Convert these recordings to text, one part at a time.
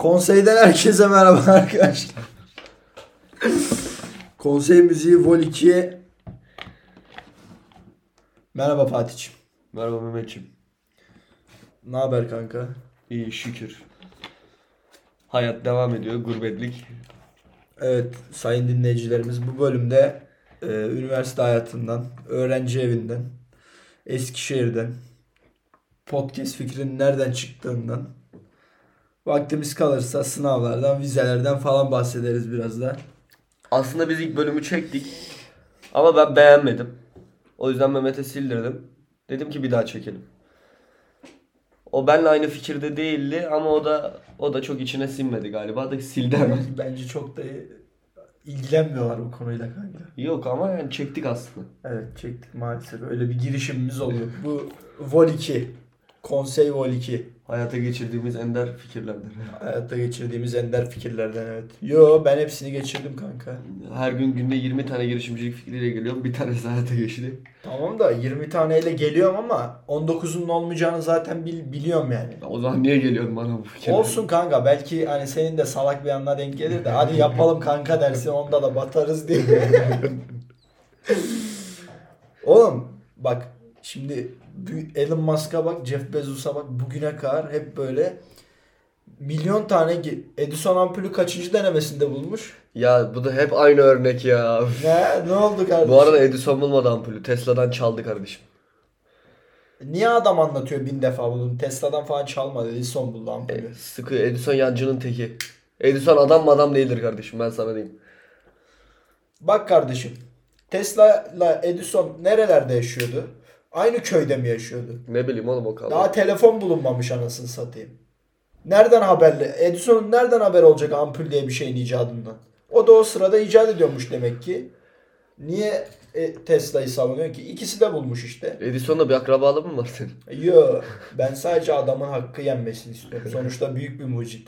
Konseyden herkese merhaba arkadaşlar. Konsey müziği Vol 2'ye merhaba Fatih'ciğim. Merhaba Mehmetciğim. Ne haber kanka? İyi şükür. Hayat devam ediyor. Gurbetlik. Evet sayın dinleyicilerimiz, bu bölümde üniversite hayatından, öğrenci evinden, Eskişehir'den, podcast fikrinin nereden çıktığından, vaktimiz kalırsa sınavlardan, vizelerden falan bahsederiz biraz da. Aslında biz ilk bölümü çektik. Ama ben beğenmedim. O yüzden Mehmet'e sildirdim. Dedim ki bir daha çekelim. O benimle aynı fikirde değildi ama o da çok içine sinmedi galiba da sildi hemen. Bence çok da ilgilenmiyorlar bu konuyla kanka. Yok ama yani çektik aslında. Evet çektik maalesef. Öyle bir girişimimiz oldu. Bu Vol 2. Konsey Vol 2. Hayata geçirdiğimiz ender fikirlerden. Hayatta geçirdiğimiz ender fikirlerden, evet. Yo, ben hepsini geçirdim kanka. Her gün günde 20 tane girişimcilik fikriyle geliyorum. Bir tanesi hayata geçti. Tamam da 20 taneyle geliyorum ama 19'unun olmayacağını zaten biliyorum yani. O zaman niye geliyorsun bana bu fikirler? Olsun kanka, belki hani senin de salak bir yanına denk gelir de hadi yapalım kanka dersin, onda da batarız diye. Oğlum bak şimdi Elon Musk'a bak, Jeff Bezos'a bak, bugüne kadar hep böyle milyon tane Edison ampulü kaçıncı denemesinde bulmuş? Ya bu da hep aynı örnek ya. Ne oldu kardeşim? Bu arada Edison bulmadı ampulü. Tesla'dan çaldı kardeşim. Niye adam anlatıyor 1000 defa bunu? Tesla'dan falan çalmadı. Edison buldu ampulü. Sıkı Edison yancının teki. Edison adam değildir kardeşim, ben sana diyeyim. Bak kardeşim, Tesla ile Edison nerelerde yaşıyordu? Aynı köyde mi yaşıyordu? Ne bileyim oğlum o kadar. Daha telefon bulunmamış anasını satayım. Nereden haberli? Edison'un nereden haber olacak ampul diye bir şeyin icadından? O da o sırada icat ediyormuş demek ki. Niye Tesla'yı savunuyor ki? İkisi de bulmuş işte. Edison'la bir akrabalığı mı var senin? Yo, ben sadece adamın hakkı yenmesini istiyorum. Sonuçta büyük bir mucit.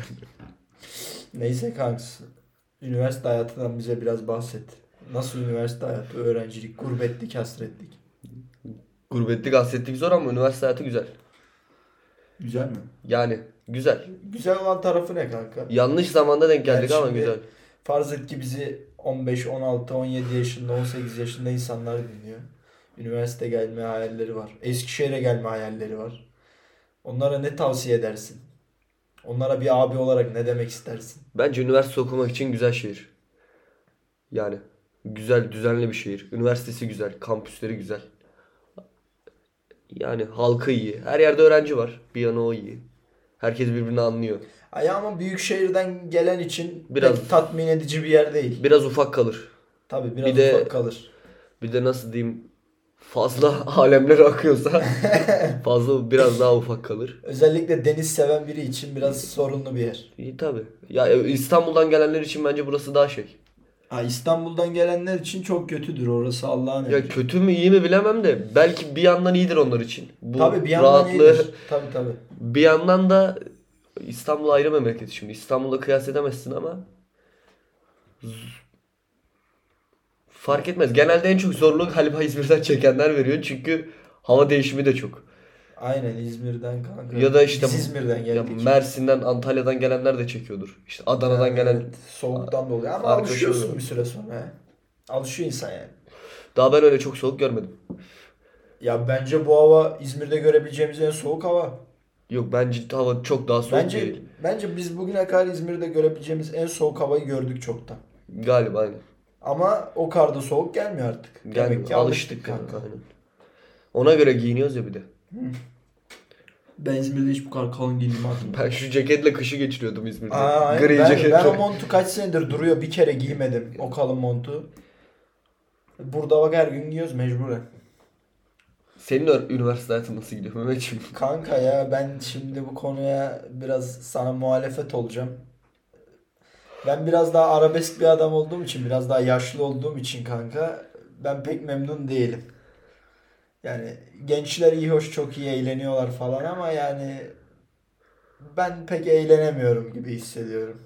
Neyse kanks. Üniversite hayatından bize biraz bahset. Nasıl üniversite hayatı, öğrencilik, gurbetlik, hasretlik? Gurbetlik hasretlik zor ama üniversite hayatı güzel. Güzel mi? Yani güzel. Güzel olan tarafı ne kanka? Yanlış zamanda denk geldik Yani ama şimdi güzel. farz et ki bizi 15, 16, 17 yaşında, 18 yaşında insanlar dinliyor. Üniversite gelme hayalleri var. Eskişehir'e gelme hayalleri var. Onlara ne tavsiye edersin? Onlara bir abi olarak ne demek istersin? Bence üniversite okumak için güzel şehir. Yani güzel, düzenli bir şehir. Üniversitesi güzel, kampüsleri güzel. Yani halkı iyi. Her yerde öğrenci var. Bir yanı o iyi. Herkes birbirini anlıyor. Ay ama büyük şehirden gelen için Biraz- pek tatmin edici bir yer değil. Biraz ufak kalır. Tabii biraz Bir de- ufak kalır. Bir de nasıl diyeyim, fazla alemler akıyorsa biraz daha ufak kalır. Özellikle deniz seven biri için biraz sorunlu bir yer. İyi tabi. Ya İstanbul'dan gelenler için bence burası daha şey. Ha, İstanbul'dan gelenler için çok kötüdür orası, Allah'ın Ya emri. kötü mü iyi mi bilemem de belki bir yandan iyidir onlar için. Bu Tabii bir yandan rahatlığı, iyidir. Tabii. bir yandan da İstanbul ayrı memleket şimdi. İstanbul'la kıyas edemezsin ama fark etmez. Genelde en çok zorluğu galiba İzmir'den çekenler veriyor. Çünkü hava değişimi de çok. Aynen, İzmir'den kanka. Ya da işte Biz İzmir'den ya geldik. Mersin'den, Antalya'dan gelenler de çekiyordur. İşte Adana'dan gelen Evet, soğuktan dolayı ama arkadaşı alışıyorsun oluyor. bir süre sonra. He. Alışıyor insan yani. Daha ben öyle çok soğuk görmedim. Ya bence bu hava İzmir'de görebileceğimiz en soğuk hava. Yok, bence hava çok daha soğuk Bence değil. bence biz bugüne kadar İzmir'de görebileceğimiz en soğuk havayı gördük çoktan. Galiba aynen. Ama o kadar da soğuk gelmiyor artık. Gelmiyor. Demek ki alıştık yani, kanka. aynen. Ona göre giyiniyoruz ya bir de. Ben İzmir'de hiç bu kadar kalın giyindim hatırlamıyorum. Ben şu ceketle kışı geçiriyordum İzmir'de. Aynen. Gri ceketle. Ben o montu kaç senedir duruyor, bir kere giymedim o kalın montu. Burada bak her gün giyiyoruz mecburen. Senin üniversite hayatın nasıl gidiyor Mehmetciğim? Kanka ya ben şimdi bu konuya biraz sana muhalefet olacağım. Ben biraz daha arabesk bir adam olduğum için, biraz daha yaşlı olduğum için kanka ben pek memnun değilim. Yani gençler iyi hoş çok iyi eğleniyorlar falan ama yani ben pek eğlenemiyorum gibi hissediyorum.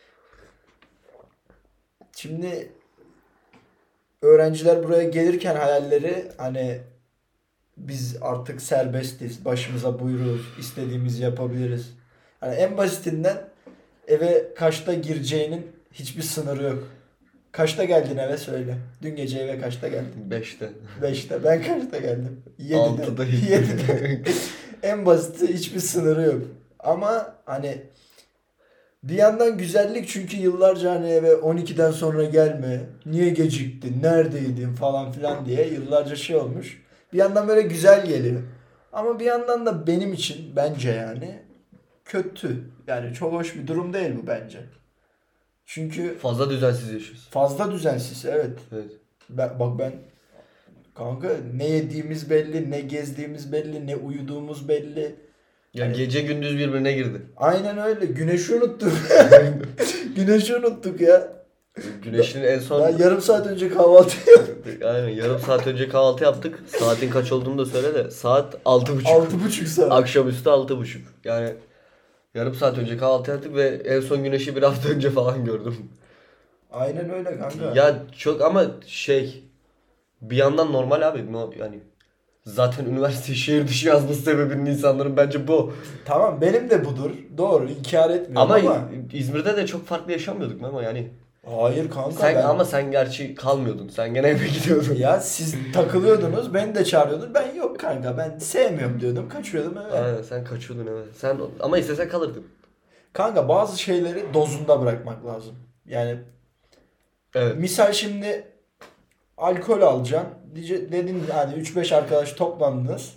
Şimdi öğrenciler buraya gelirken hayalleri hani biz artık serbestiz, başımıza buyruz, istediğimizi yapabiliriz. Hani en basitinden eve kaçta gireceğinin hiçbir sınırı yok. Kaçta geldin eve söyle. Dün gece eve kaçta geldin? 5'te. 5'te. Ben kaçta geldim? 7'de. 6'da. 7'de. En basiti hiçbir sınırı yok. Ama hani bir yandan güzellik çünkü yıllarca hani eve 12'den sonra gelme, niye geciktin, neredeydin falan filan diye yıllarca şey olmuş. Bir yandan böyle güzel geliyor. Ama bir yandan da benim için bence yani kötü. Yani çok hoş bir durum değil bu bence. Çünkü Fazla düzensiz yaşıyoruz. fazla düzensiz evet. Evet. Bak ben kanka ne yediğimiz belli, ne gezdiğimiz belli, ne uyuduğumuz belli. Ya Hani- gece gündüz birbirine girdi. Aynen öyle. Güneşi unuttuk. Güneşi unuttuk ya. Güneşin en son... Ben yarım saat önce kahvaltı yaptım. Aynen yarım saat önce kahvaltı yaptık. Saatin kaç olduğunu da söyle de. Saat 6.30. 6,5 saat. Akşamüstü 6.30. Yani yarım saat önce kahvaltı yaptık ve en son güneşi bir hafta önce falan gördüm. Aynen öyle kanka. Ya çok ama bir yandan normal abi. Yani zaten üniversite şehir dışı yazması sebebinin insanların bence bu. Tamam benim de budur. Doğru inkar etmiyorum ama. İzmir'de de çok farklı yaşamıyorduk ama yani. Hayır kanka Ama sen gerçi kalmıyordun. Sen gene eve gidiyordun. Ya siz takılıyordunuz, beni de çağırıyordunuz. Ben yok kanka, ben sevmiyorum diyordum, kaçıyordum eve. Aynen sen kaçıyordun eve. Ama istesen kalırdın. Kanka bazı şeyleri dozunda bırakmak lazım. Yani Evet. misal şimdi alkol alacaksın. Dedin hani 3-5 arkadaş toplandınız.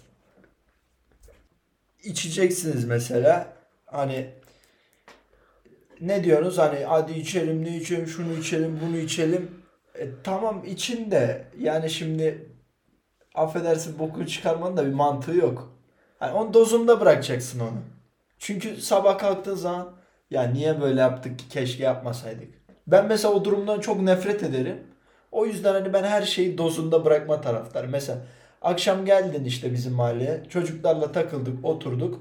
İçeceksiniz mesela. Hani ne diyorsunuz? Hani hadi içelim, ne içelim, şunu içelim, bunu içelim. Tamam için de yani şimdi affedersin bokunu çıkarmanın da bir mantığı yok. Hani onu dozunda bırakacaksın onu. Çünkü sabah kalktığın zaman ya niye böyle yaptık ki keşke yapmasaydık. Ben mesela o durumdan çok nefret ederim. O yüzden hani ben her şeyi dozunda bırakma taraftarım. Mesela akşam geldin işte bizim mahalleye. Çocuklarla takıldık, oturduk.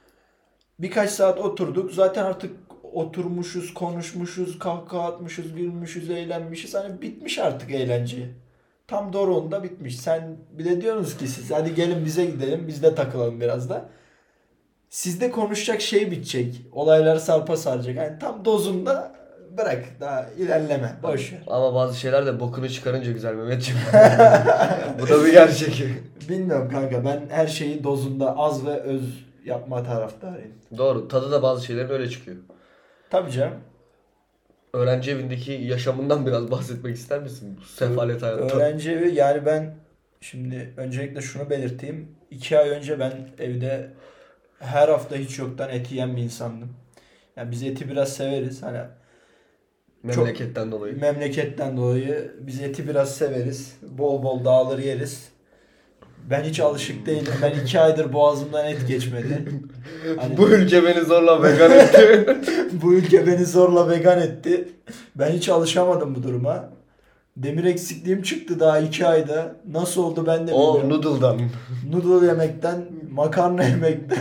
Birkaç saat oturduk. Zaten artık oturmuşuz, konuşmuşuz, kahkaha atmışız, gülmüşüz, eğlenmişiz. Hani bitmiş artık eğlence. Tam doruğunda bitmiş. Sen bir de diyorsunuz ki siz hadi gelin bize gidelim. Biz de takılalım biraz da. Sizde konuşacak şey bitecek. Olaylar sarpa saracak. Yani tam dozunda bırak. Daha ilerleme. Boş ver. Ama bazı şeyler de bokunu çıkarınca güzel Mehmetciğim. Bu da bir gerçek. Bilmiyorum kanka. Ben her şeyi dozunda az ve öz yapma taraftarıyım. Doğru. Tadı da bazı şeylerin öyle çıkıyor. Tabii canım. Öğrenci evindeki yaşamından biraz bahsetmek ister misin? Bu sefalet hayatı. Öğrenci evi yani ben şimdi öncelikle şunu belirteyim. 2 ay önce ben evde her hafta hiç yoktan et yiyen bir insandım. Yani biz eti biraz severiz. Hani Memleketten dolayı. memleketten dolayı biz eti biraz severiz. Bol bol dağılır yeriz. Ben hiç alışık değilim. Ben 2 aydır boğazımdan et geçmedi. Hani Bu ülke beni zorla vegan etti. bu ülke beni zorla vegan etti. Ben hiç alışamadım bu duruma. Demir eksikliğim çıktı daha 2 ayda. Nasıl oldu ben de O bilmiyorum. noodle'dan. Noodle yemekten, makarna yemekten.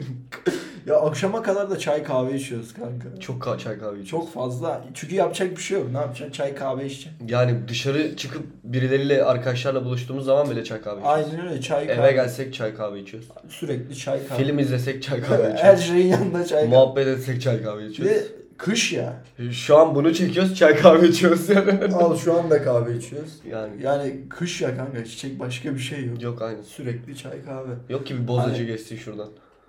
Ya akşama kadar da çay kahve içiyoruz kanka. Çok çay kahve içiyoruz. Çok fazla. Çünkü yapacak bir şey yok. Ne yapacaksın? Çay kahve içeceksin. Yani dışarı çıkıp birileriyle arkadaşlarla buluştuğumuz zaman bile çay kahve içiyoruz. Aynen öyle çay kahve. Eve gelsek çay kahve içiyoruz. Sürekli çay kahve. Film izlesek çay kahve Her içiyoruz. şeyin yanında çay kahve. Muhabbet etsek çay kahve Bir içiyoruz. de kış ya. Şu an bunu çekiyoruz çay kahve içiyoruz yani. Al şu anda kahve içiyoruz. Yani Yani kış ya kanka. İçecek başka bir şey yok. yok aynı. Sürekli çay kahve. Yok ki bir bozacı Hani- geçsin şuradan.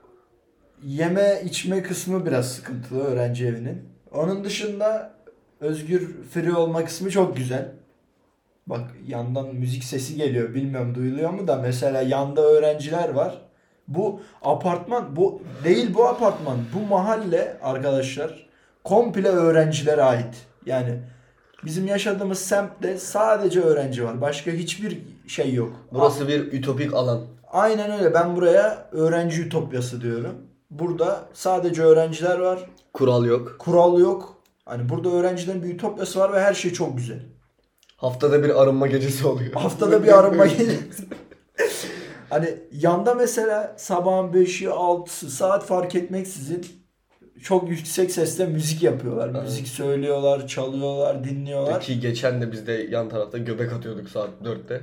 Yeme içme kısmı biraz sıkıntılı öğrenci evinin. Onun dışında özgür free olma kısmı çok güzel. Bak yandan müzik sesi geliyor. Bilmiyorum duyuluyor mu da mesela yanda öğrenciler var. Bu apartman bu değil bu apartman. Bu mahalle arkadaşlar komple öğrencilere ait. Yani bizim yaşadığımız semtte sadece öğrenci var. Başka hiçbir şey yok. Burası bir ütopik alan. Aynen öyle. Ben buraya öğrenci ütopyası diyorum. Burada sadece öğrenciler var. Kural yok. Kural yok. Hani burada öğrencilerin bir ütopyası var ve her şey çok güzel. Haftada bir arınma gecesi oluyor. Haftada bir arınma gecesi. Hani yanda mesela sabahın 5'i 6'sı saat fark etmeksizin çok yüksek sesle müzik yapıyorlar. Evet. Müzik söylüyorlar, çalıyorlar, dinliyorlar. Ki geçen de biz de yan tarafta göbek atıyorduk saat 4'te.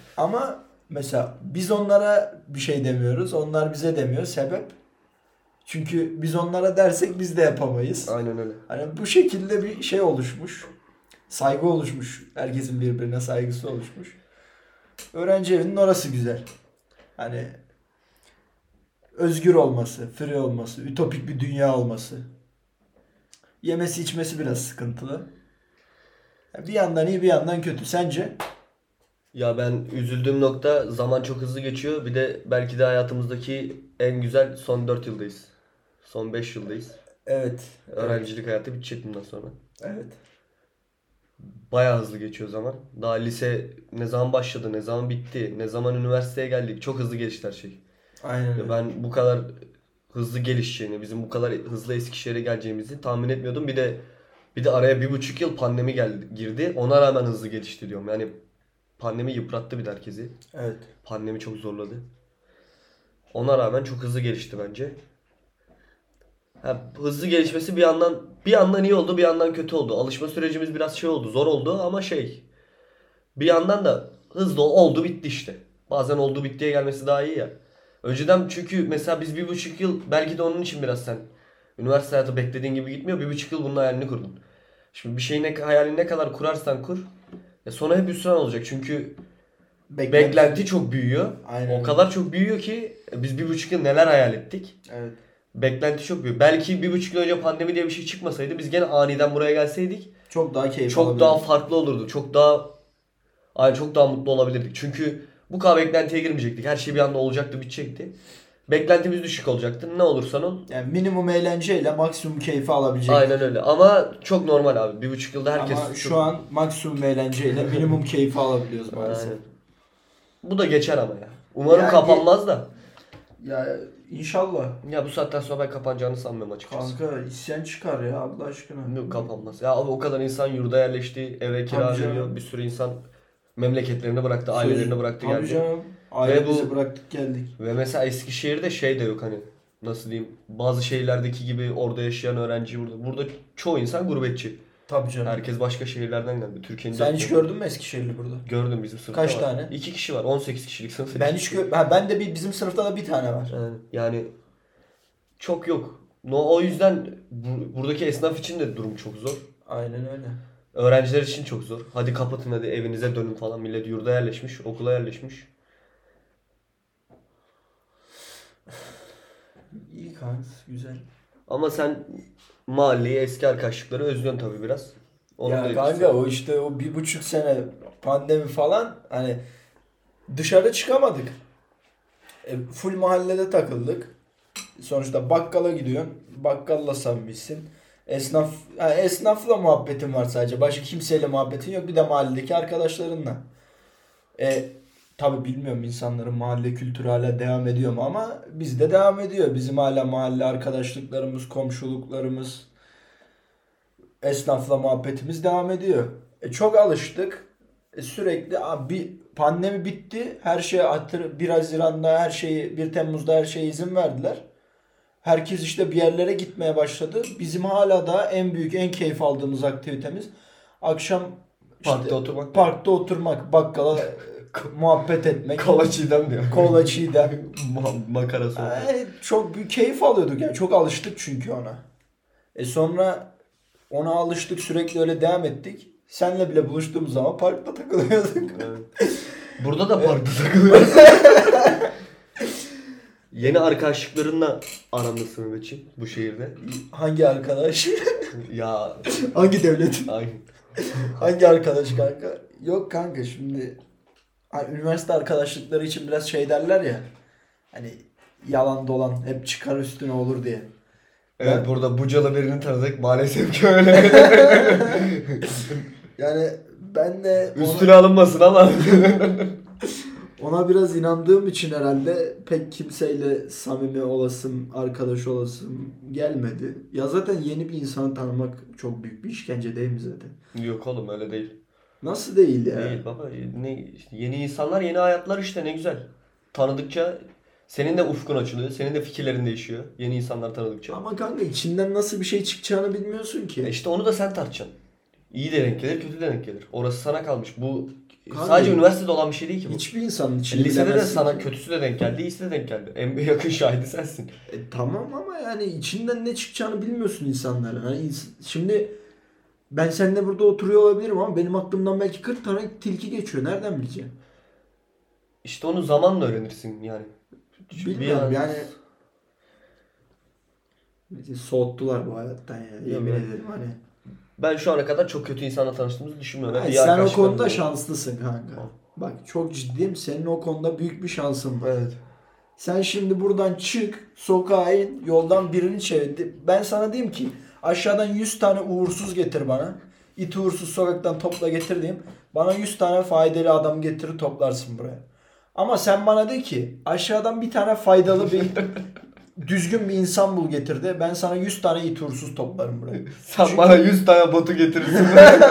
Ama mesela biz onlara bir şey demiyoruz. Onlar bize demiyor. Sebep? Çünkü biz onlara dersek biz de yapamayız. Aynen öyle. Hani bu şekilde bir şey oluşmuş. Saygı oluşmuş. Herkesin birbirine saygısı oluşmuş. Öğrenci evinin orası güzel. Hani özgür olması, free olması, ütopik bir dünya olması. Yemesi içmesi biraz sıkıntılı. Bir yandan iyi bir yandan kötü. Sence? Ya ben üzüldüğüm nokta zaman çok hızlı geçiyor. Bir de belki de hayatımızdaki en güzel son 4 yıldayız. Son 5 yıldayız. Evet. Öğrencilik hayatı bitecek bundan sonra. Evet. Bayağı hızlı geçiyor zaman. Daha lise ne zaman başladı, ne zaman bitti, ne zaman üniversiteye geldik. Çok hızlı gelişti her şey. Aynen öyle. Ben bu kadar hızlı gelişeceğini, bizim bu kadar hızlı Eskişehir'e geleceğimizi tahmin etmiyordum. Bir de araya 1,5 yıl pandemi girdi. Ona rağmen hızlı gelişti diyorum. Yani pandemi yıprattı bir de herkesi. Evet. Pandemi çok zorladı. Ona rağmen çok hızlı gelişti bence. Hızlı gelişmesi bir yandan iyi oldu, bir yandan kötü oldu. Alışma sürecimiz biraz oldu, zor oldu ama bir yandan da hızlı oldu bitti işte. Bazen oldu bittiye gelmesi daha iyi ya. Önceden çünkü mesela biz 1,5 yıl belki de onun için biraz sen üniversite hayatı beklediğin gibi gitmiyor. 1,5 yıl bunun hayalini kurdun. Şimdi bir şeyin hayalini ne kadar kurarsan kur. Sonra hep hüsran olacak çünkü beklenti çok büyüyor. Aynen. O kadar çok büyüyor ki biz 1,5 yıl neler hayal ettik. Evet. Beklenti çok büyük. Belki 1,5 yıl önce pandemi diye bir şey çıkmasaydı biz gene aniden buraya gelseydik Çok daha keyif çok alabilirim. daha farklı olurdu. Çok daha mutlu olabilirdik. Çünkü bu kadar beklentiye girmeyecektik. Her şey bir anda olacaktı, bitecekti. Beklentimiz düşük olacaktı. Ne olursan ol. Yani minimum eğlenceyle maksimum keyfi alabilecek. Aynen öyle. Ama çok normal abi. 1,5 yılda herkes... Ama şu an maksimum eğlenceyle minimum keyfi alabiliyoruz maalesef. Aynen. Bu da geçer ama ya. Umarım Yani- kapanmaz da. Ya inşallah. Ya bu saatten sonra ben kapanacağını sanmıyorum açıkçası. Kanka isyan çıkar ya Allah aşkına. Yok, kapanmaz. Ya abi o kadar insan yurda yerleşti, eve kira Tabii canım. veriyor. Bir sürü insan memleketlerini bıraktı, ailelerini bıraktı Tabii geldi. canım. Ailemizi bu- bıraktık geldik. Ve mesela Eskişehir'de de yok hani nasıl diyeyim, bazı şehirlerdeki gibi orada yaşayan öğrenci burada. Burada çoğu insan gurbetçi. Tabii canım. Herkes başka şehirlerden geldi. Türkiye'nin Sen dört hiç bir yanı. gördün mü Eskişehirli burada? Gördüm, bizim sınıfta Kaç var. tane? 2 kişi var. 18 kişilik sınıf. Ben hiç ben de bizim sınıfta da bir tane var. Yani çok yok. O yüzden buradaki esnaf için de durum çok zor. Aynen öyle. Öğrenciler için çok zor. Hadi kapatın, hadi evinize dönün falan. Millet yurda yerleşmiş, okula yerleşmiş. İyi kanka, güzel. Ama sen mahalleyi, eski arkadaşlıkları özlüyorsun tabii biraz. Onun da Ya etkisi kanka var. o işte o 1,5 sene pandemi falan hani dışarı çıkamadık. Full mahallede takıldık. Sonuçta bakkala gidiyorsun. Bakkalla samimisin. Esnafla muhabbetin var sadece. Başka kimseyle muhabbetin yok. Bir de mahalledeki arkadaşlarınla. Tabi bilmiyorum insanların mahalle kültürü hala devam ediyor mu ama bizde devam ediyor. Bizim hala mahalle arkadaşlıklarımız, komşuluklarımız, esnafla muhabbetimiz devam ediyor. Çok alıştık. Sürekli bir pandemi bitti. Her şeye 1 Haziran'da her şeyi 1 Temmuz'da her şeye izin verdiler. Herkes işte bir yerlere gitmeye başladı. Bizim hala da en büyük, en keyif aldığımız aktivitemiz akşam Parkta oturmak. parkta oturmak, bakkala muhabbet etmek. Kola çiğdem diyor. Kola çiğdem. Makara sohbet. Çok büyük keyif alıyorduk yani. Çok alıştık çünkü ona. Sonra ona alıştık, sürekli öyle devam ettik. Senle bile buluştuğumuz zaman parkta takılıyorduk. Evet. Burada da parkta takılıyoruz. Yeni arkadaşlıklarınla aran nasıl Mehmetciğim bu şehirde? Hangi arkadaş? Ya Hangi devlet? ay. Hangi arkadaş kanka? Yok kanka şimdi hani üniversite arkadaşlıkları için biraz şey derler ya. Hani yalan dolan hep çıkar üstüne olur diye. Evet, burada Bucalı birini tanıdık maalesef ki öyle. Yani ben de Üstüne alınmasın ama. ona biraz inandığım için herhalde pek kimseyle samimi olasım, arkadaş olasım gelmedi. Ya zaten yeni bir insanı tanımak çok büyük bir işkence değil mi zaten? Yok oğlum, öyle değil. Nasıl değil ya? Değil baba. Yeni insanlar, yeni hayatlar işte, ne güzel. Tanıdıkça senin de ufkun açılıyor. Senin de fikirlerin değişiyor. Yeni insanlar tanıdıkça. Ama kanka içinden nasıl bir şey çıkacağını bilmiyorsun ki. İşte onu da sen tartacaksın. İyi de denk gelir, kötü de denk gelir. Orası sana kalmış. Bu Kanka, sadece üniversitede olan bir şey değil ki bu. Hiçbir insanın içini Lisede de bilemezsin sana ki. kötüsü de denk geldi, iyisi de denk geldi. En yakın şahidi sensin. Tamam ama yani içinden ne çıkacağını bilmiyorsun insanların. Hani şimdi ben seninle burada oturuyor olabilirim ama benim aklımdan belki 40 tane tilki geçiyor. Nereden bileceğim? İşte onu zamanla öğrenirsin yani. Bilmiyorum yani. Bizi soğuttular bu hayattan ya. Yemin Evet. ederim hani. Ben şu ana kadar çok kötü insanla tanıştığımızı düşünmüyorum. Ay, İyi sen o arkadaşlarım konuda var. şanslısın kanka. Bak çok ciddiyim. Senin o konuda büyük bir şansın var. Evet. Sen şimdi buradan çık, sokağa in, yoldan birini çevir. Ben sana diyeyim ki aşağıdan 100 tane uğursuz getir bana. İt uğursuz sokaktan topla getir diyeyim. Bana 100 tane faydalı adam getirir toplarsın buraya. Ama sen bana de ki aşağıdan bir tane faydalı bir düzgün bir insan bul getir de ben sana 100 tane it uğursuz toplarım buraya. Sen Çünkü- bana 100 tane botu getirirsin.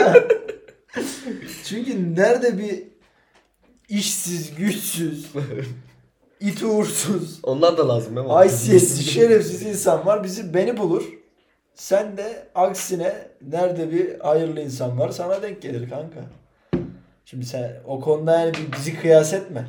Çünkü nerede bir işsiz, güçsüz, it uğursuz, Onlar da lazım değil mi? haysiyetli, şerefsiz insan var. Beni bulur. Sen de aksine nerede bir hayırlı insan var sana denk gelir kanka. Şimdi sen o konuda yani bizi kıyas etme.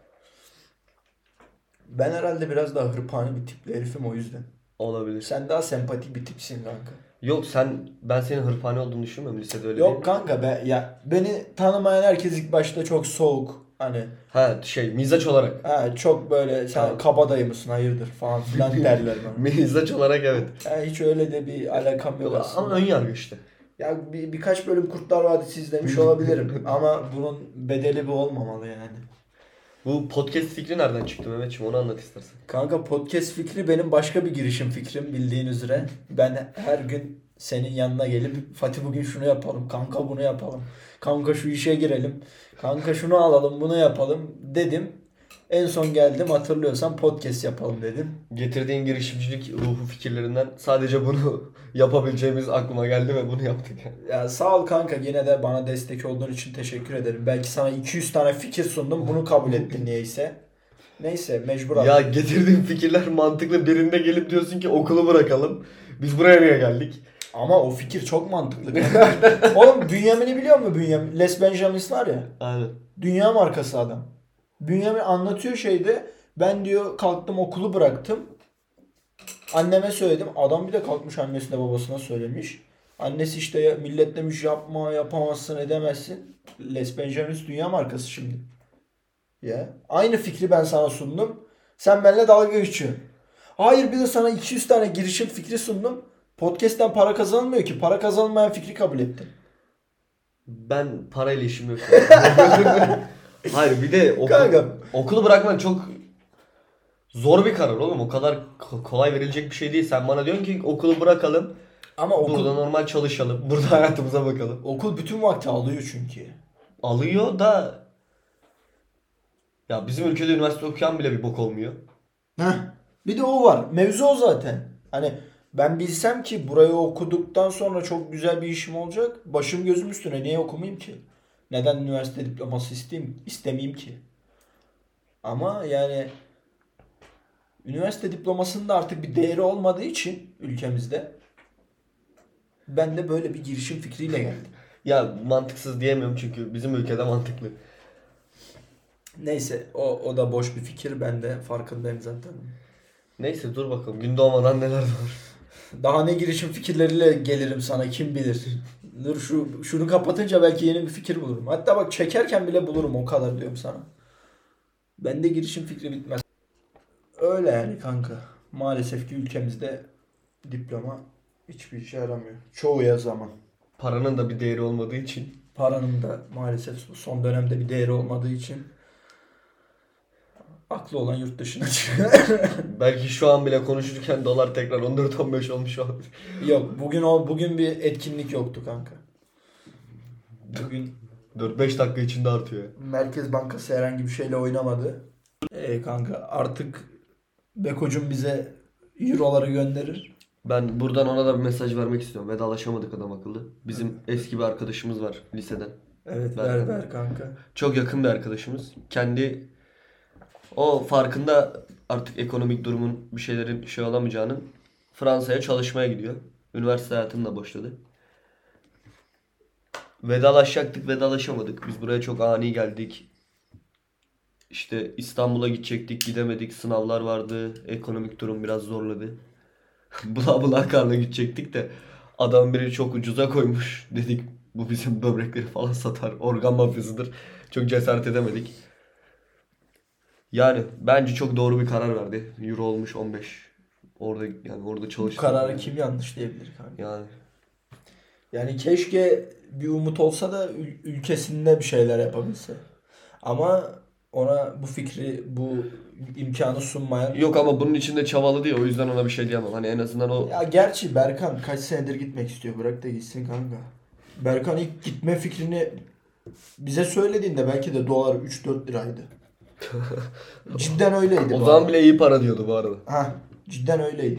Ben herhalde biraz daha hırpani bir tipli herifim o yüzden. Olabilir. Sen daha sempatik bir tipsin kanka. Yok ben senin hırpani olduğunu düşünmüyorum. Lisede öyle Yok değil mi? kanka ya beni tanımayan herkes ilk başta çok soğuk. Hani Ha mizaç olarak. çok böyle sen Tamam. kabadayı mısın hayırdır falan filan derler bana. Mizaç olarak evet. Hiç öyle de bir alakam yok aslında. Ama ön yargı işte. Ya birkaç bölüm Kurtlar Vadisi izlemiş olabilirim ama bunun bedeli bu olmamalı yani. Bu podcast fikri nereden çıktı Mehmetciğim? Onu anlat istersen. Kanka podcast fikri benim başka bir girişim fikrim bildiğin üzere. Ben her gün senin yanına gelip Fatih bugün şunu yapalım, kanka bunu yapalım. Kanka şu işe girelim. Kanka şunu alalım, bunu yapalım dedim. En son geldim hatırlıyorsan podcast yapalım dedim. Getirdiğin girişimcilik ruhu fikirlerinden sadece bunu yapabileceğimiz aklıma geldi ve bunu yaptık. Ya sağ ol kanka yine de bana destek olduğun için teşekkür ederim. Belki sana 200 tane fikir sundum bunu kabul ettin niyeyse. Neyse mecbur Ya aldım. getirdiğin fikirler mantıklı, birinde gelip diyorsun ki okulu bırakalım. Biz buraya niye geldik? Ama o fikir çok mantıklı. Oğlum Bünyamin'i biliyor musun Bünyamin? Les Benjamins var ya. Aynen. Dünya markası adam. Bünyamin anlatıyor şeyde. Ben diyor kalktım okulu bıraktım. Anneme söyledim. Adam bir de kalkmış annesine babasına söylemiş. Annesi işte millet demiş yapma yapamazsın edemezsin. Les Benjamins dünya markası şimdi. Ya. Aynı fikri ben sana sundum. Sen benimle dalga geçiyorsun. Hayır bir de sana 200 tane girişim fikri sundum. Podcast'ten para kazanılmıyor ki. Para kazanılmayan fikri kabul ettin. Ben parayla işim yok. Hayır bir de Kanka. okulu bırakmak çok zor bir karar oğlum. O kadar kolay verilecek bir şey değil. Sen bana diyorsun ki okulu bırakalım. Ama Burada normal çalışalım. Burada hayatımıza bakalım. okul bütün vakti alıyor çünkü. Alıyor da ya bizim ülkede üniversite okuyan bile bir bok olmuyor. Heh. Bir de o var. Mevzu o zaten. Hani ben bilsem ki burayı okuduktan sonra çok güzel bir işim olacak. Başım gözüm üstüne. Niye okumayayım ki? Neden üniversite diploması istemeyeyim ki? Ama yani üniversite diplomasının da artık bir değeri olmadığı için ülkemizde ben de böyle bir girişim fikriyle geldim. Ya mantıksız diyemiyorum çünkü bizim ülkede mantıklı. Neyse o da boş bir fikir. Ben de farkındayım zaten. Neyse dur bakalım gün doğmadan neler var. Daha ne girişim fikirleriyle gelirim sana kim bilir. Dur şunu kapatınca belki yeni bir fikir bulurum. Hatta bak çekerken bile bulurum o kadar diyorum sana. Bende girişim fikri bitmez. Öyle yani kanka. Maalesef ki ülkemizde diploma hiçbir işe yaramıyor. Çoğu ya zaman. Paranın da bir değeri olmadığı için. Paranın da maalesef son dönemde bir değeri olmadığı için aklı olan yurt dışına çıkıyor. Belki şu an bile konuşurken dolar tekrar 14-15 olmuş olabilir. Yok bugün bir etkinlik yoktu kanka. Bugün 4-5 dakika içinde artıyor ya. Merkez Bankası herhangi bir şeyle oynamadı. Kanka artık Beko'cum bize euroları gönderir. Ben buradan ona da bir mesaj vermek istiyorum. Vedalaşamadık adam akıllı. Bizim eski bir arkadaşımız var liseden. Evet Ben- ver kanka. Çok yakın bir arkadaşımız. O farkında artık ekonomik durumun bir şeylerin olamayacağının Fransa'ya çalışmaya gidiyor. Üniversite hayatını da boşladı. Vedalaşacaktık, vedalaşamadık. Biz buraya çok ani geldik. İşte İstanbul'a gidecektik, gidemedik. Sınavlar vardı. Ekonomik durum biraz zorladı. Bula bula karla gidecektik de adam biri çok ucuza koymuş. Dedik bu bizim böbrekleri falan satar. Organ mafyasıdır. Çok cesaret edemedik. Yani bence çok doğru bir karar verdi. Euro olmuş 15. Orada Bu çalıştık. kararı kim yanlış diyebilir kanka? Yani Yani keşke bir umut olsa da ülkesinde bir şeyler yapabilse. Ama ona bu fikri, bu imkanı sunmayan... yok ama bunun için de çabaladı ya, o yüzden ona bir şey diyemem. Hani en azından o Ya gerçi Berkan kaç senedir gitmek istiyor. Bırak da gitsin kanka. Berkan ilk gitme fikrini bize söylediğinde belki de dolar 3-4 liraydı. Cidden öyleydi. o bu zaman arada. bile iyi para diyordu bu arada. Ha, cidden öyleydi.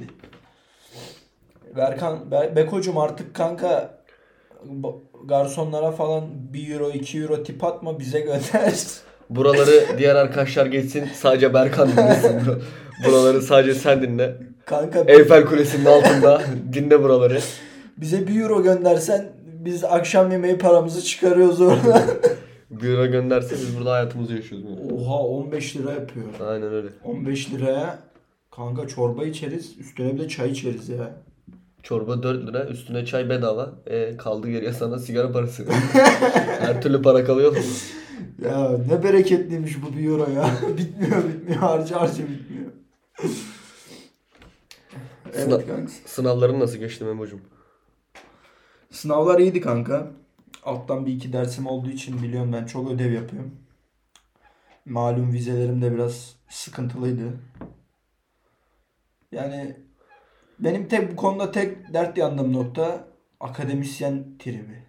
Beko'cum artık kanka garsonlara falan 1 euro 2 euro tip atma, bize gönder. Buraları diğer arkadaşlar geçsin, sadece Berkan dinlesin. Buraları sadece sen dinle. Kanka Eyfel Kulesi'nin altında dinle buraları. bize 1 euro göndersen biz akşam yemeği paramızı çıkarıyoruz oradan. Bir euro gönderse biz burada hayatımızı yaşıyoruz. Oha 15 lira yapıyor. Aynen öyle. 15 liraya kanka çorba içeriz, üstüne bir de çay içeriz ya. Çorba 4 lira, üstüne çay bedava. Kaldı geriye sana sigara parası. Her türlü para kalıyor mu? Ya ne bereketliymiş bu 1 euro ya. bitmiyor harca bitmiyor. Evet kanka. Sınavların nasıl geçti Memo'cum? Sınavlar iyiydi kanka. Alttan bir iki dersim olduğu için biliyorum ben çok ödev yapıyorum. Malum vizelerim de biraz sıkıntılıydı. Yani benim bu konuda tek dert yandığım nokta akademisyen tribi.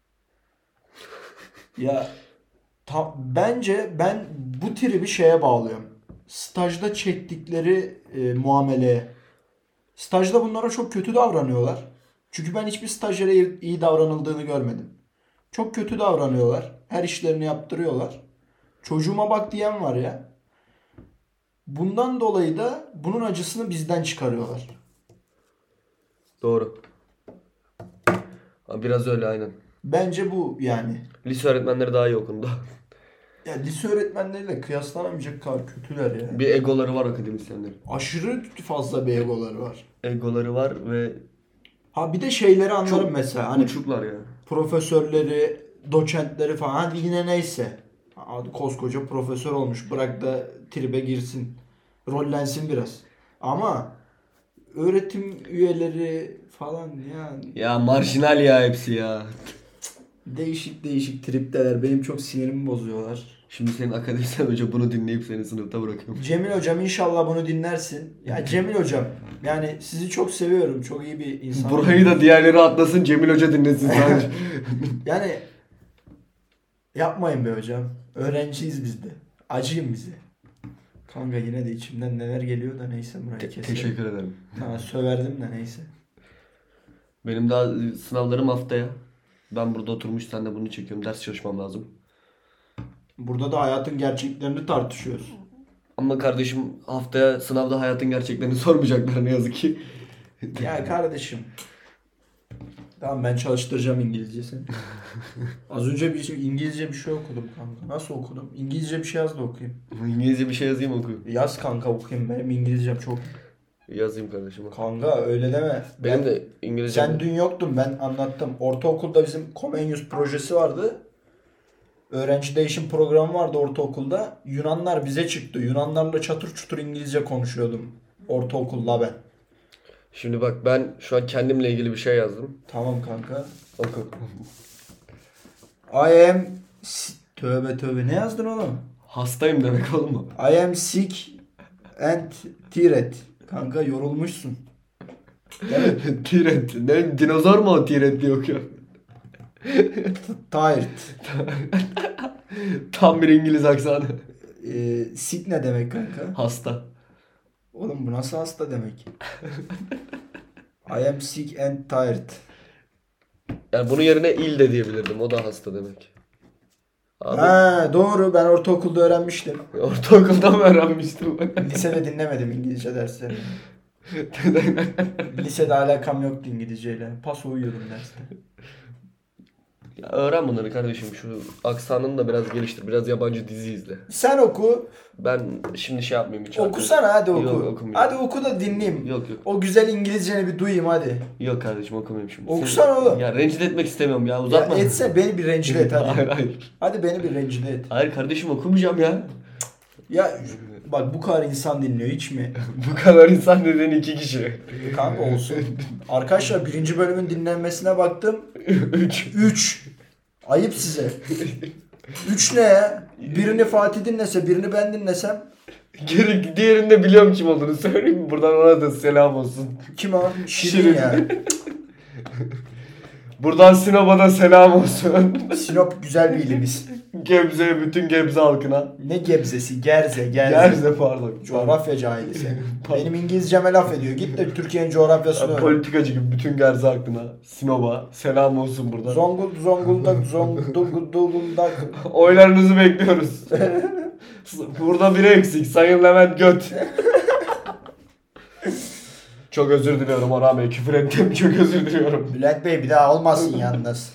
Ya bence ben bu tribi şeye bağlıyorum. Stajda çektikleri muameleye. Stajda bunlara çok kötü davranıyorlar. Çünkü ben hiçbir stajyere iyi davranıldığını görmedim. Çok kötü davranıyorlar. Her işlerini yaptırıyorlar. Çocuğuma bak diyen var ya. Bundan dolayı da bunun acısını bizden çıkarıyorlar. Doğru. Biraz öyle aynen. Bence bu yani. Lise öğretmenleri daha iyi okulda. Ya lise öğretmenleriyle kıyaslanamayacak kadar kötüler ya. Bir egoları var akademisyenlerin. Aşırı fazla bir egoları var. Egoları var ve Ha bir de şeyleri anlarım çok mesela. Hani uçuklar ya. profesörleri, doçentleri falan. Hadi yine neyse. Hadi koskoca profesör olmuş. Bırak da tribe girsin. Rollensin biraz. Ama öğretim üyeleri falan yani Ya marjinal ya hepsi ya. değişik tripteler. Benim çok sinirimi bozuyorlar. Şimdi senin akademisyen hoca bunu dinleyip seni sınıfta bırakıyor. Cemil hocam inşallah bunu dinlersin. Ya Cemil hocam yani sizi çok seviyorum. Çok iyi bir insan. Burayı da diğerleri atlasın, Cemil Hoca dinlesin sadece. Yani yapmayın be hocam. Öğrenciyiz biz de. Acıyın bize. Kanka yine de içimden neler geliyor da neyse burayı keselim. Teşekkür ederim. Ha, söverdim de neyse. Benim daha sınavlarım haftaya. Ben burada oturmuş sen de bunu çekiyorum. Ders çalışmam lazım. Burada da hayatın gerçeklerini tartışıyoruz. Ama kardeşim haftaya sınavda hayatın gerçeklerini sormayacaklar ne yazık ki. Ya kardeşim. Tamam ben çalıştıracağım İngilizcesini. Az önce İngilizce bir şey okudum kanka. Nasıl okudum? İngilizce bir şey yaz da okuyayım. İngilizce bir şey yazayım okuyayım. Yaz kanka okuyayım. Benim İngilizcem çok. Yazayım kardeşim. Kanka öyle deme. Benim de İngilizcem. Sen dün yoktun ben anlattım. Ortaokulda bizim Comenius projesi vardı. Öğrenci değişim programı vardı ortaokulda. Yunanlar bize çıktı. Yunanlarla çatır çutur İngilizce konuşuyordum. Ortaokulda ben. Şimdi bak ben şu an kendimle ilgili bir şey yazdım. Tamam kanka. Oku. I am... Tövbe ne yazdın oğlum? Hastayım demek oğlum mu? I am sick and tired. Kanka yorulmuşsun. Değil mi? Tiret. Ne dinozor mu o Tiret diye okuyor? Tired. Tam bir İngiliz aksanı. Sick ne demek kanka? Hasta. Oğlum bu nasıl hasta demek? I am sick and tired. Yani bunun yerine il de diyebilirdim. O da hasta demek. Abi, Ha doğru ben ortaokulda öğrenmiştim. ortaokulda mı öğrenmiştim ben? Lisede dinlemedim İngilizce derslerini. Lisede alakam yoktu İngilizceyle. Paso uyuyordum derste. Ya öğren bunları kardeşim. Şu aksanını da biraz geliştir. Biraz yabancı dizi izle. Sen oku. Ben şimdi şey yapmayayım hiç. Okusana hadi oku. Yok, okumayayım. Hadi oku da dinleyeyim. Yok. O güzel İngilizceni bir duyayım hadi. Yok kardeşim okumayayım şimdi. Okusana oğlum. Ya rencide etmek istemiyorum ya uzatma. Ya etse beni bir rencide et hadi. Hayır. Hadi beni bir rencide et. Hayır kardeşim okumayacağım ya. Ya bak bu kadar insan dinliyor hiç mi? Bu kadar insan dediğin 2 kişi. Kanka olsun. Arkadaşlar 1. bölümün dinlenmesine baktım. 3. 3. Ayıp size. 3 ne ya? Birini Fatih dinlese, birini ben dinlesem. Diğerini de biliyorum kim olduğunu söyleyeyim mi? Buradan ona da selam olsun. Kim o? Şirin ya. Buradan Sinop'a da selam olsun. Sinop güzel bir ilimiz. Gebze'ye, bütün Gebze halkına. Ne Gebze'si? Gerze. Gerze pardon. Coğrafya cahilisi. Benim İngilizceme laf ediyor. Git de Türkiye'nin coğrafyasını öğren. Politikacı gibi bütün Gerze halkına, Sinop'a selam olsun buradan. Zonguldak. Oylarınızı bekliyoruz. Burada biri eksik. Sayın Levent Göt. Çok özür diliyorum Orhan Bey. Küfür ettim. Çok özür diliyorum. Bülent Bey bir daha olmasın yalnız.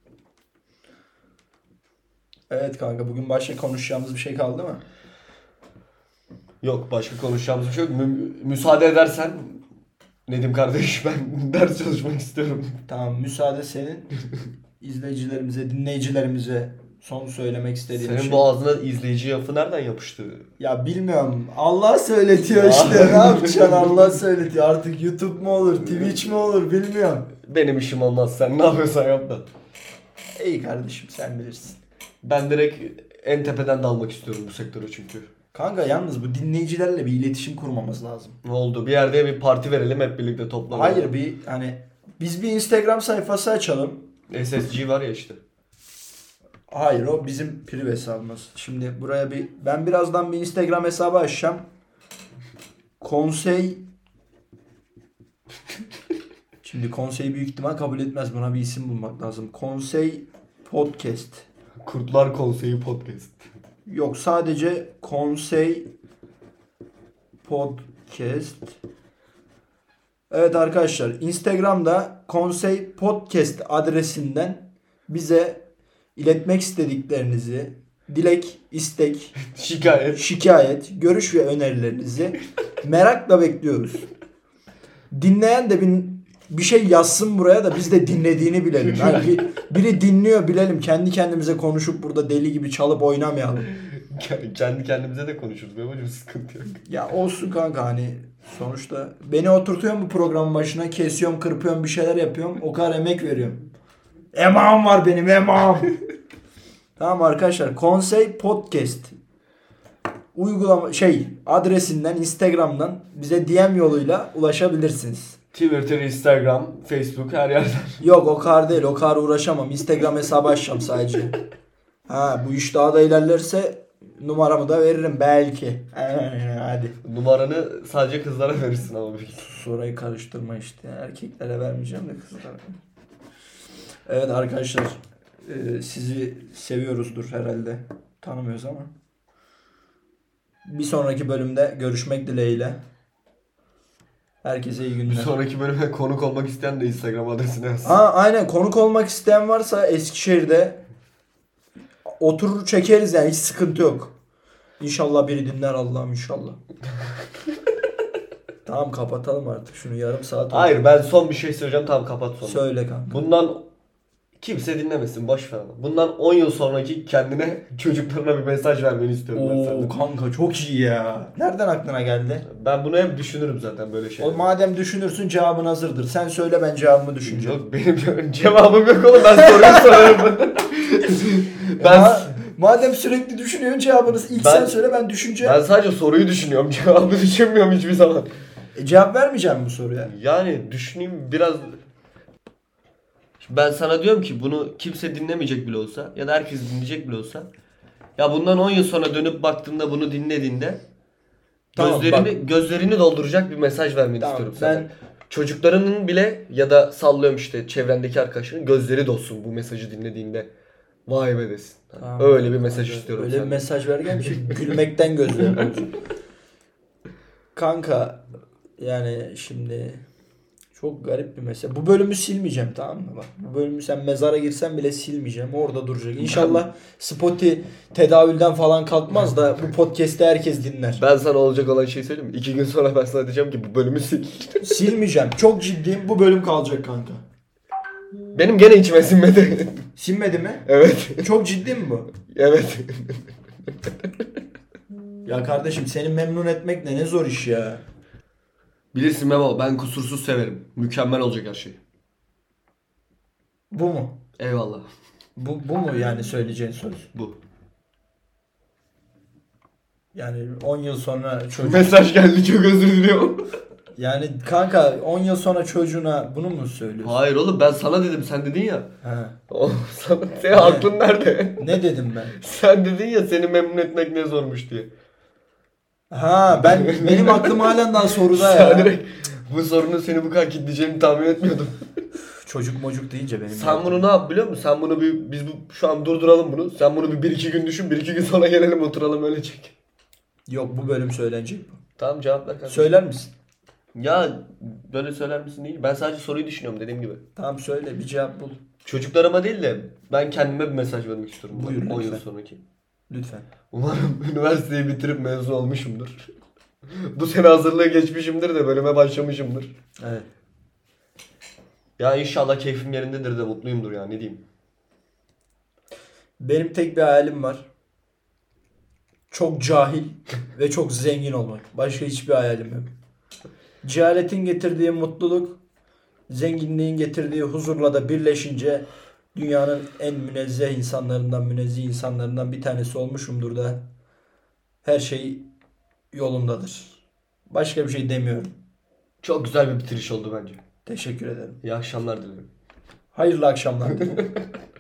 Evet kanka bugün başka konuşacağımız bir şey kaldı mı? Yok başka konuşacağımız bir şey yok. Müsaade edersen Nedim kardeş ben ders çalışmak istiyorum. Tamam müsaade senin. İzleyicilerimize, dinleyicilerimize son söylemek istediğim Senin şey. boğazına izleyici lafı nereden yapıştı? Ya bilmiyorum. Allah söyletiyor işte. Ne yapacaksın? Allah söyletiyor. Artık YouTube mu olur, Twitch mi olur bilmiyorum. Benim işim olmaz. Sen ne yapıyorsan yap da. İyi kardeşim sen bilirsin. Ben direkt en tepeden dalmak istiyorum bu sektöre çünkü. Kanka yalnız bu dinleyicilerle bir iletişim kurmamız lazım. Ne oldu? Bir yerde bir parti verelim hep birlikte toplanalım. Hayır bir hani biz bir Instagram sayfası açalım. SSG var ya işte. Hayır o bizim priv hesabımız. Şimdi buraya ben birazdan bir Instagram hesabı açacağım. Konsey Şimdi konsey büyük ihtimal kabul etmez. Buna bir isim bulmak lazım. Konsey Podcast. Kurtlar Konseyi Podcast. Yok sadece Konsey Podcast. Evet arkadaşlar Instagram'da Konsey Podcast adresinden bize iletmek istediklerinizi, dilek, istek, şikayet, görüş ve önerilerinizi merakla bekliyoruz. Dinleyen de bir şey yazsın buraya da biz de dinlediğini bilelim. Yani biri dinliyor bilelim. Kendi kendimize konuşup burada deli gibi çalıp oynamayalım. Kendi kendimize de konuşuruz. Babacığım sıkıntı yok. Ya olsun kanka hani sonuçta beni oturtuyorum bu programın başına. Kesiyorum, kırpıyorum, bir şeyler yapıyorum. O kadar emek veriyorum. Emeğim var benim emeğim. Tamam arkadaşlar. Konsey Podcast uygulama adresinden Instagram'dan bize DM yoluyla ulaşabilirsiniz. Twitter, Instagram, Facebook her yerden. Yok o kadar değil. O kadar uğraşamam. Instagram hesabı açacağım sadece. Bu iş daha da ilerlerse numaramı da veririm belki. Hadi. Numaranı sadece kızlara verirsin ama büyük. Orayı karıştırma işte. Erkeklere vermeyeceğim de kızlara. Evet arkadaşlar. Sizi seviyoruzdur herhalde. Tanımıyoruz ama. Bir sonraki bölümde görüşmek dileğiyle. Herkese iyi günler. Bir sonraki bölüme konuk olmak isteyen de Instagram adresine yazsın. Aynen konuk olmak isteyen varsa Eskişehir'de oturur çekeriz yani hiç sıkıntı yok. İnşallah biri dinler Allah'ım inşallah. Tamam kapatalım artık şunu yarım saat oldu. Hayır ben son bir şey söyleyeceğim tamam kapat sonra. Söyle kanka. Bundan kimse dinlemesin boş ver ama. Bundan 10 yıl sonraki kendine çocuklarına bir mesaj vermeni istiyorum ben senden. Kanka çok iyi ya. Nereden aklına geldi? Ben bunu hep düşünürüm zaten böyle şeyler. Madem düşünürsün cevabın hazırdır. Sen söyle ben cevabımı düşüneceğim. Yok benim cevabım yok oğlum ben soruyu sorarım. Madem sürekli düşünüyorsun cevabını sen söyle ben düşüneceğim. Ben sadece soruyu düşünüyorum. Cevabı düşünmüyorum hiçbir zaman. Cevap vermeyeceğim bu soruya. Yani düşüneyim biraz. Ben sana diyorum ki bunu kimse dinlemeyecek bile olsa ya da herkes dinleyecek bile olsa ya bundan 10 yıl sonra dönüp baktığında bunu dinlediğinde tamam, gözlerini dolduracak bir mesaj vermeni istiyorum sana. Çocuklarının bile ya da sallıyorum işte çevrendeki arkadaşların gözleri dolsun bu mesajı dinlediğinde. Vay be desin. Tamam, öyle bir mesaj istiyorum. Öyle bir mesaj vergen bir şey gülmekten gözlerim olsun. Kanka yani şimdi Çok garip bir mesele. Bu bölümü silmeyeceğim, tamam mı? Bak, bu bölümü sen mezara girsen bile silmeyeceğim. Orada duracak. İnşallah Spotify tedavülden falan kalkmaz da bu podcast'i herkes dinler. Ben sana olacak olan şey söyleyeyim mi? 2 gün sonra ben sana diyeceğim ki bu bölümü sil. Silmeyeceğim. Çok ciddiyim. Bu bölüm kalacak kanka. Benim gene içime sinmedi. Sinmedi mi? Evet. Çok ciddi mi bu? Evet. Ya kardeşim, seni memnun etmek ne zor iş ya. Bilirsin Memo, ben kusursuz severim. Mükemmel olacak her şey. Bu mu? Eyvallah. Bu mu yani söyleyeceğin söz? Bu. Yani 10 yıl sonra çocuk... Mesaj geldi, çok özür diliyorum. Yani kanka 10 yıl sonra çocuğuna bunu mu söylüyorsun? Hayır oğlum, ben sana dedim, sen dedin ya. Ha. Senin aklın nerede? Ne dedim ben? Sen dedin ya seni memnun etmek ne zormuş diye. Ha, benim aklım halen daha soruda Sen ya. direkt bu sorunun seni bu kadar kitleyeceğini tahmin etmiyordum. Çocuk mocuk deyince benim. Sen bunu ne yap biliyor musun? Sen bunu biz şu an durduralım bunu. Sen bunu bir iki gün düşün. 1-2 gün sonra gelelim oturalım öyle çek. Yok, bu bölüm söylenecek bu. Tamam, cevap ver kanka. Söyler misin? Ya böyle söyler misin değil. Ben sadece soruyu düşünüyorum dediğim gibi. Tamam, söyle, bir cevap bul. Çocuklarıma değil de ben kendime bir mesaj vermek istiyorum. Buyur 10 yıl lütfen. sonraki. Lütfen. Umarım üniversiteyi bitirip mezun olmuşumdur. Bu sene hazırlığı geçmişimdir de bölüme başlamışımdır. Evet. Ya inşallah keyfim yerindedir de mutluyumdur ya, ne diyeyim. Benim tek bir hayalim var. Çok cahil ve çok zengin olmak. Başka hiçbir hayalim yok. Cehaletin getirdiği mutluluk, zenginliğin getirdiği huzurla da birleşince dünyanın en münezzeh insanlarından bir tanesi olmuşumdur da her şey yolundadır. Başka bir şey demiyorum. Çok güzel bir bitiriş oldu bence. Teşekkür ederim. İyi akşamlar dilerim. Hayırlı akşamlar.